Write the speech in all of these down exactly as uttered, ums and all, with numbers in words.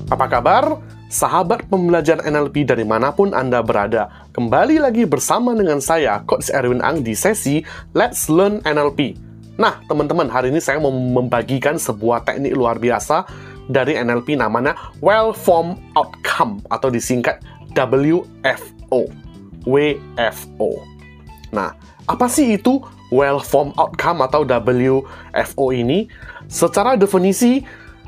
Apa kabar? Sahabat pembelajar N L P dari manapun Anda berada. Kembali lagi bersama dengan saya, Coach Erwin Ang di sesi Let's Learn N L P. Nah, teman-teman, hari ini saya mau membagikan sebuah teknik luar biasa dari N L P namanya Well-Formed Outcome atau disingkat W F O. W F O. Nah, apa sih itu Well-Formed Outcome atau W F O ini? Secara definisi,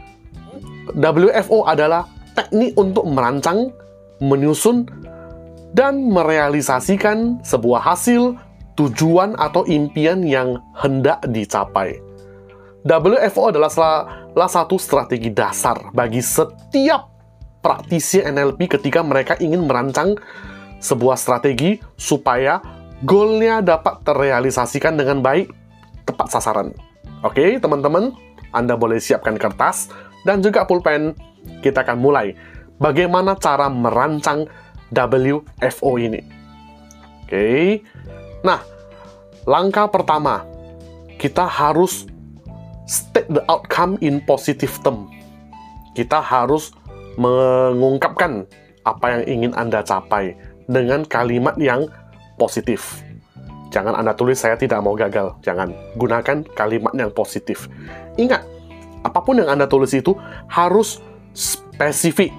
W F O adalah teknik untuk merancang, menyusun, dan merealisasikan sebuah hasil, tujuan, atau impian yang hendak dicapai. W F O adalah salah satu strategi dasar bagi setiap praktisi N L P ketika mereka ingin merancang sebuah strategi supaya goalnya dapat terrealisasikan dengan baik, tepat sasaran. Oke, teman-teman, Anda boleh siapkan kertas dan juga pulpen. Kita akan mulai bagaimana cara merancang W F O ini. Oke. Nah, langkah pertama, kita harus state the outcome in positive term. Kita harus mengungkapkan apa yang ingin Anda capai dengan kalimat yang positif. Jangan Anda tulis saya tidak mau gagal. Jangan. Gunakan kalimat yang positif. Ingat, apapun yang Anda tulis itu harus spesifik,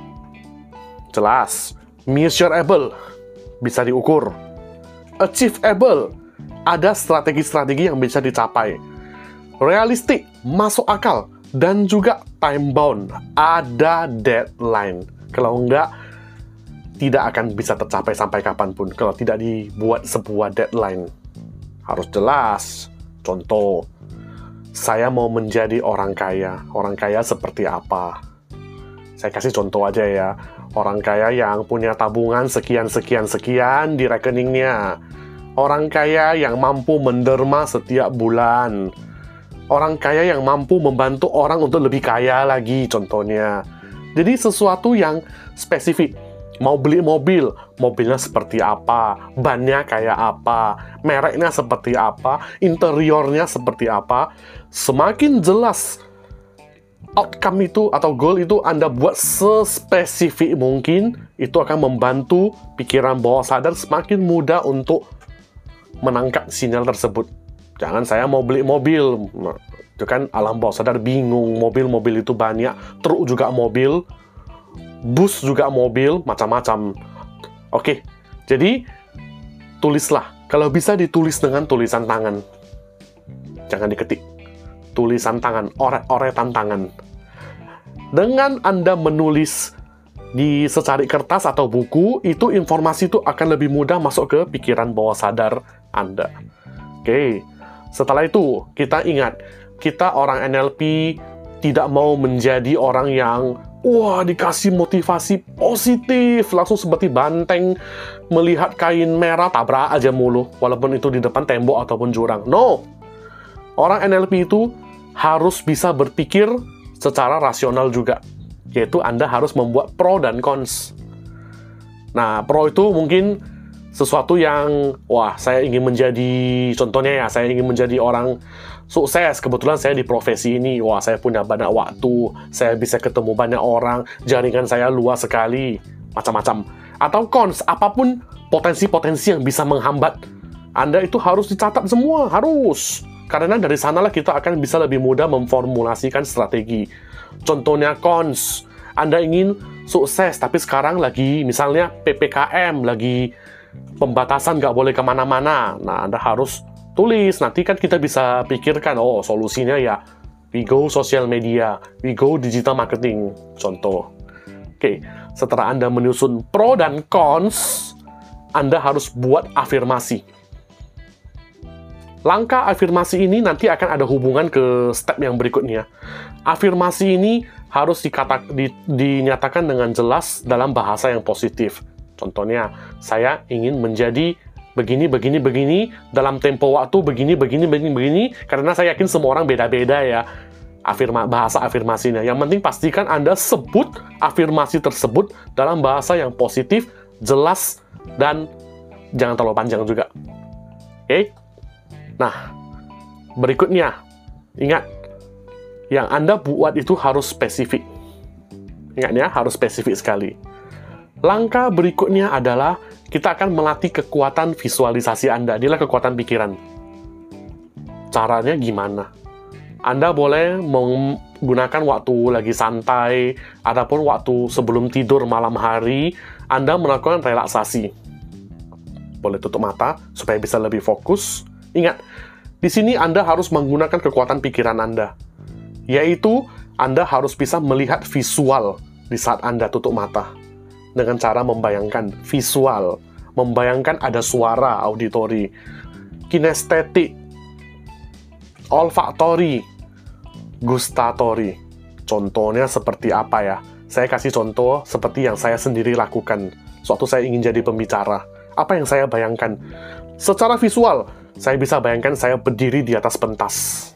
jelas, measurable, bisa diukur, achievable, ada strategi-strategi yang bisa dicapai, realistik, masuk akal, dan juga time bound, ada deadline. Kalau enggak, tidak akan bisa tercapai sampai kapanpun kalau tidak dibuat sebuah deadline. Harus jelas. Contoh, saya mau menjadi orang kaya. Orang kaya seperti apa? Saya kasih contoh aja ya. Orang kaya yang punya tabungan sekian-sekian-sekian di rekeningnya. Orang kaya yang mampu menderma setiap bulan. Orang kaya yang mampu membantu orang untuk lebih kaya lagi, contohnya. Jadi sesuatu yang spesifik. Mau beli mobil, mobilnya seperti apa, bannya kayak apa, mereknya seperti apa, interiornya seperti apa. Semakin jelas outcome itu atau goal itu Anda buat sespesifik mungkin, itu akan membantu pikiran bawah sadar semakin mudah untuk menangkap sinyal tersebut. Jangan saya mau beli mobil, nah, itu kan alam bawah sadar bingung, mobil-mobil itu banyak, truk juga mobil, bus juga mobil, macam-macam. Oke, jadi tulislah. Kalau bisa ditulis dengan tulisan tangan. Jangan diketik. Tulisan tangan, oret-oretan tangan. Dengan Anda menulis di secari kertas atau buku, itu informasi itu akan lebih mudah masuk ke pikiran bawah sadar Anda. Oke, setelah itu kita ingat, kita orang N L P tidak mau menjadi orang yang wah, dikasih motivasi positif, langsung seperti banteng melihat kain merah, tabrak aja mulu, walaupun itu di depan tembok ataupun jurang. No! Orang N L P itu harus bisa berpikir secara rasional juga, yaitu Anda harus membuat pro dan cons. Nah, pro itu mungkin sesuatu yang, wah, saya ingin menjadi, contohnya ya, saya ingin menjadi orang sukses, kebetulan saya di profesi ini, wah, saya punya banyak waktu, saya bisa ketemu banyak orang, jaringan saya luas sekali, macam-macam. Atau cons, apapun potensi-potensi yang bisa menghambat Anda itu harus dicatat semua, harus. Karena dari sanalah kita akan bisa lebih mudah memformulasikan strategi. Contohnya cons, Anda ingin sukses, tapi sekarang lagi misalnya P P K M, lagi pembatasan nggak boleh kemana-mana. Nah, Anda harus tulis, nanti kan kita bisa pikirkan, oh solusinya ya, we go social media, we go digital marketing, contoh. Oke, setelah Anda menyusun pro dan cons, Anda harus buat afirmasi. Langkah afirmasi ini nanti akan ada hubungan ke step yang berikutnya. Afirmasi ini harus dikata, di, dinyatakan dengan jelas dalam bahasa yang positif. Contohnya, saya ingin menjadi begini, begini, begini, dalam tempo waktu begini, begini, begini, begini, karena saya yakin semua orang beda-beda ya afirma, bahasa afirmasinya. Yang penting pastikan Anda sebut afirmasi tersebut dalam bahasa yang positif, jelas, dan jangan terlalu panjang juga. Oke? Nah, berikutnya, ingat, yang Anda buat itu harus spesifik. Ingat ya, harus spesifik sekali. Langkah berikutnya adalah kita akan melatih kekuatan visualisasi Anda. Inilah kekuatan pikiran. Caranya gimana? Anda boleh menggunakan waktu lagi santai, ataupun waktu sebelum tidur malam hari, Anda melakukan relaksasi. Boleh tutup mata, supaya bisa lebih fokus. Ingat, di sini Anda harus menggunakan kekuatan pikiran Anda. Yaitu, Anda harus bisa melihat visual di saat Anda tutup mata. Dengan cara membayangkan visual. Membayangkan ada suara auditori, kinestetik, olfaktori, gustatori. Contohnya seperti apa ya? Saya kasih contoh seperti yang saya sendiri lakukan. Suatu saya ingin jadi pembicara. Apa yang saya bayangkan? Secara visual, saya bisa bayangkan saya berdiri di atas pentas.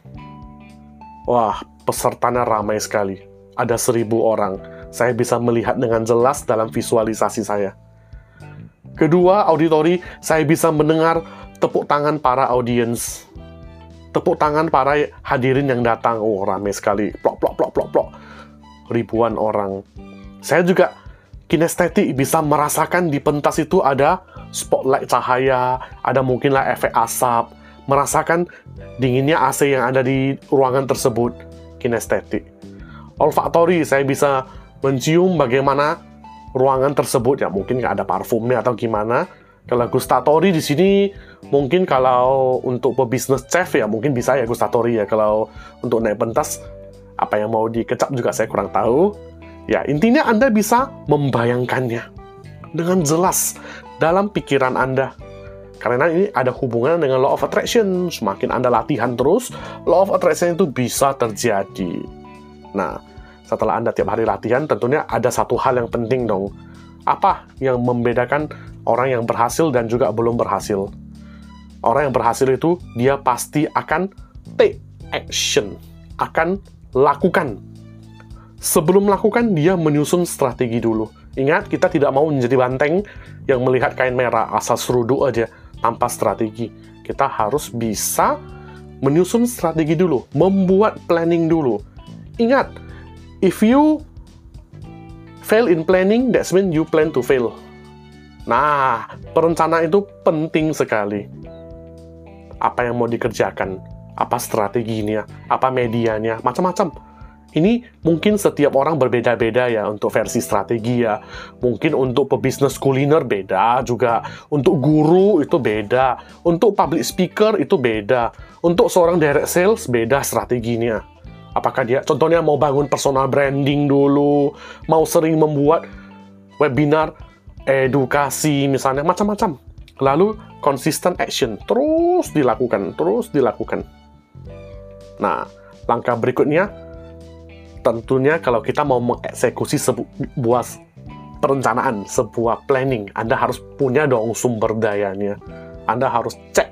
Wah, pesertanya ramai sekali. Ada seribu orang. Saya bisa melihat dengan jelas dalam visualisasi saya. Kedua, auditori, saya bisa mendengar tepuk tangan para audiens. Tepuk tangan para hadirin yang datang. Oh, ramai sekali. Plok, plok, plok, plok, plok. Ribuan orang. Saya juga kinestetik, bisa merasakan di pentas itu ada spotlight cahaya, ada mungkinlah efek asap, merasakan dinginnya A C yang ada di ruangan tersebut. Kinestetik. Olfaktori, saya bisa mencium bagaimana ruangan tersebut, ya mungkin nggak ada parfumnya atau gimana. Kalau gustatori di sini mungkin kalau untuk pebisnis chef ya mungkin bisa ya gustatori ya. Kalau untuk naik pentas apa yang mau dikecap juga saya kurang tahu. Ya intinya Anda bisa membayangkannya dengan jelas dalam pikiran Anda. Karena ini ada hubungan dengan law of attraction. Semakin Anda latihan terus, law of attraction itu bisa terjadi. Nah, setelah Anda tiap hari latihan, tentunya ada satu hal yang penting dong. Apa yang membedakan orang yang berhasil dan juga belum berhasil? Orang yang berhasil itu, dia pasti akan take action. Akan lakukan. Sebelum melakukan, dia menyusun strategi dulu. Ingat, kita tidak mau menjadi banteng yang melihat kain merah, asal seruduk aja, tanpa strategi. Kita harus bisa menyusun strategi dulu, membuat planning dulu. Ingat, if you fail in planning, that means you plan to fail. Nah, perencanaan itu penting sekali. Apa yang mau dikerjakan, apa strateginya, apa medianya, macam-macam. Ini mungkin setiap orang berbeda-beda ya untuk versi strategi ya. Mungkin untuk pebisnis kuliner beda juga. Untuk guru itu beda. Untuk public speaker itu beda. Untuk seorang direct sales beda strateginya. Apakah dia contohnya mau bangun personal branding dulu, mau sering membuat webinar edukasi misalnya, macam-macam. Lalu consistent action, terus dilakukan, terus dilakukan. Nah, langkah berikutnya, tentunya kalau kita mau mengeksekusi sebuah perencanaan, sebuah planning, Anda harus punya dong sumber dayanya. Anda harus cek.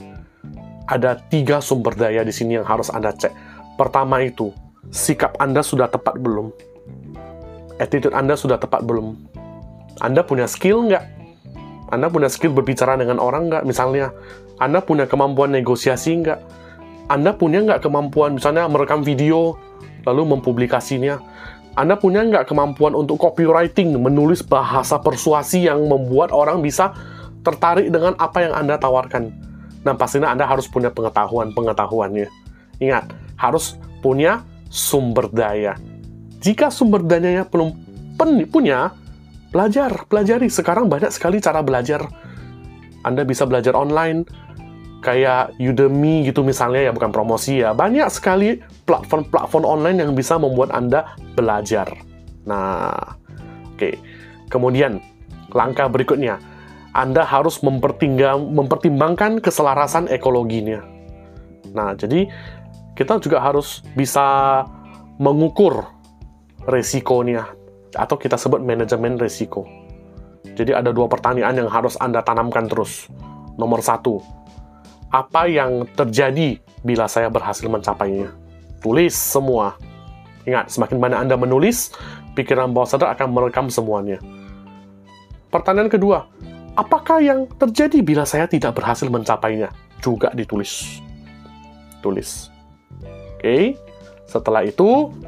Ada tiga sumber daya di sini yang harus Anda cek. Pertama itu, sikap Anda sudah tepat belum? Attitude Anda sudah tepat belum? Anda punya skill nggak? Anda punya skill berbicara dengan orang nggak? Misalnya, Anda punya kemampuan negosiasi nggak? Anda punya nggak kemampuan misalnya merekam video, lalu mempublikasinya? Anda punya nggak kemampuan untuk copywriting, menulis bahasa persuasi yang membuat orang bisa tertarik dengan apa yang Anda tawarkan? Nah, pastinya Anda harus punya pengetahuan-pengetahuannya. Ingat, harus punya sumber daya. Jika sumber dayanya belum punya, belajar, pelajari. Sekarang banyak sekali cara belajar. Anda bisa belajar online, kayak Udemy gitu misalnya, ya bukan promosi ya. Banyak sekali platform-platform online yang bisa membuat Anda belajar. Nah, oke. Okay. Kemudian, langkah berikutnya, Anda harus mempertimbangkan keselarasan ekologinya. Nah, jadi kita juga harus bisa mengukur resikonya, atau kita sebut manajemen resiko. Jadi ada dua pertanyaan yang harus Anda tanamkan terus. Nomor satu, apa yang terjadi bila saya berhasil mencapainya? Tulis semua. Ingat, semakin banyak Anda menulis, pikiran bawah sadar akan merekam semuanya. Pertanyaan kedua, apakah yang terjadi bila saya tidak berhasil mencapainya? Juga ditulis. Tulis. Oke, setelah itu,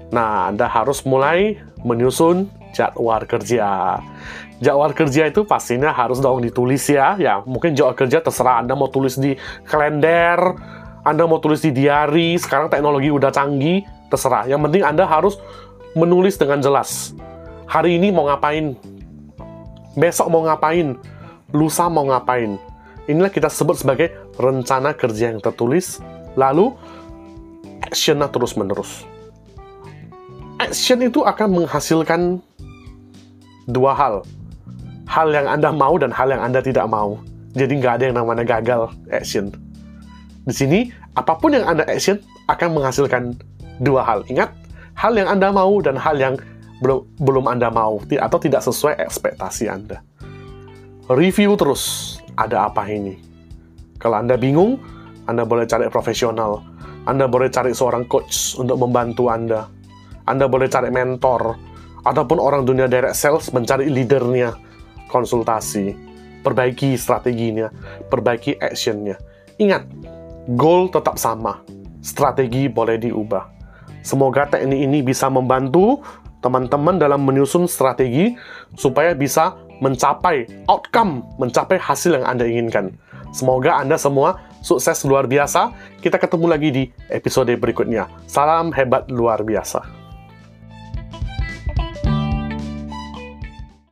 Nah, Anda harus mulai menyusun jadwal kerja. Jadwal kerja itu pastinya harus dong ditulis ya. Ya, mungkin jadwal kerja terserah Anda mau tulis di kalender, Anda mau tulis di diary. Sekarang teknologi udah canggih, terserah. Yang penting Anda harus menulis dengan jelas. Hari ini mau ngapain? Besok mau ngapain? Lusa mau ngapain? Inilah kita sebut sebagai rencana kerja yang tertulis. Lalu, action-nya terus-menerus. Action itu akan menghasilkan dua hal. Hal yang Anda mau dan hal yang Anda tidak mau. Jadi nggak ada yang namanya gagal action. Di sini, apapun yang Anda action akan menghasilkan dua hal. Ingat, hal yang Anda mau dan hal yang belum, belum Anda mau atau tidak sesuai ekspektasi Anda. Review terus, ada apa ini? Kalau Anda bingung, Anda boleh cari profesional. Anda boleh cari seorang coach untuk membantu Anda. Anda boleh cari mentor, ataupun orang dunia direct sales mencari leadernya, konsultasi, perbaiki strateginya, perbaiki actionnya. Ingat, goal tetap sama, strategi boleh diubah. Semoga teknik ini bisa membantu teman-teman dalam menyusun strategi supaya bisa mencapai outcome, mencapai hasil yang Anda inginkan. Semoga Anda semua sukses luar biasa. Kita ketemu lagi di episode berikutnya. Salam hebat luar biasa.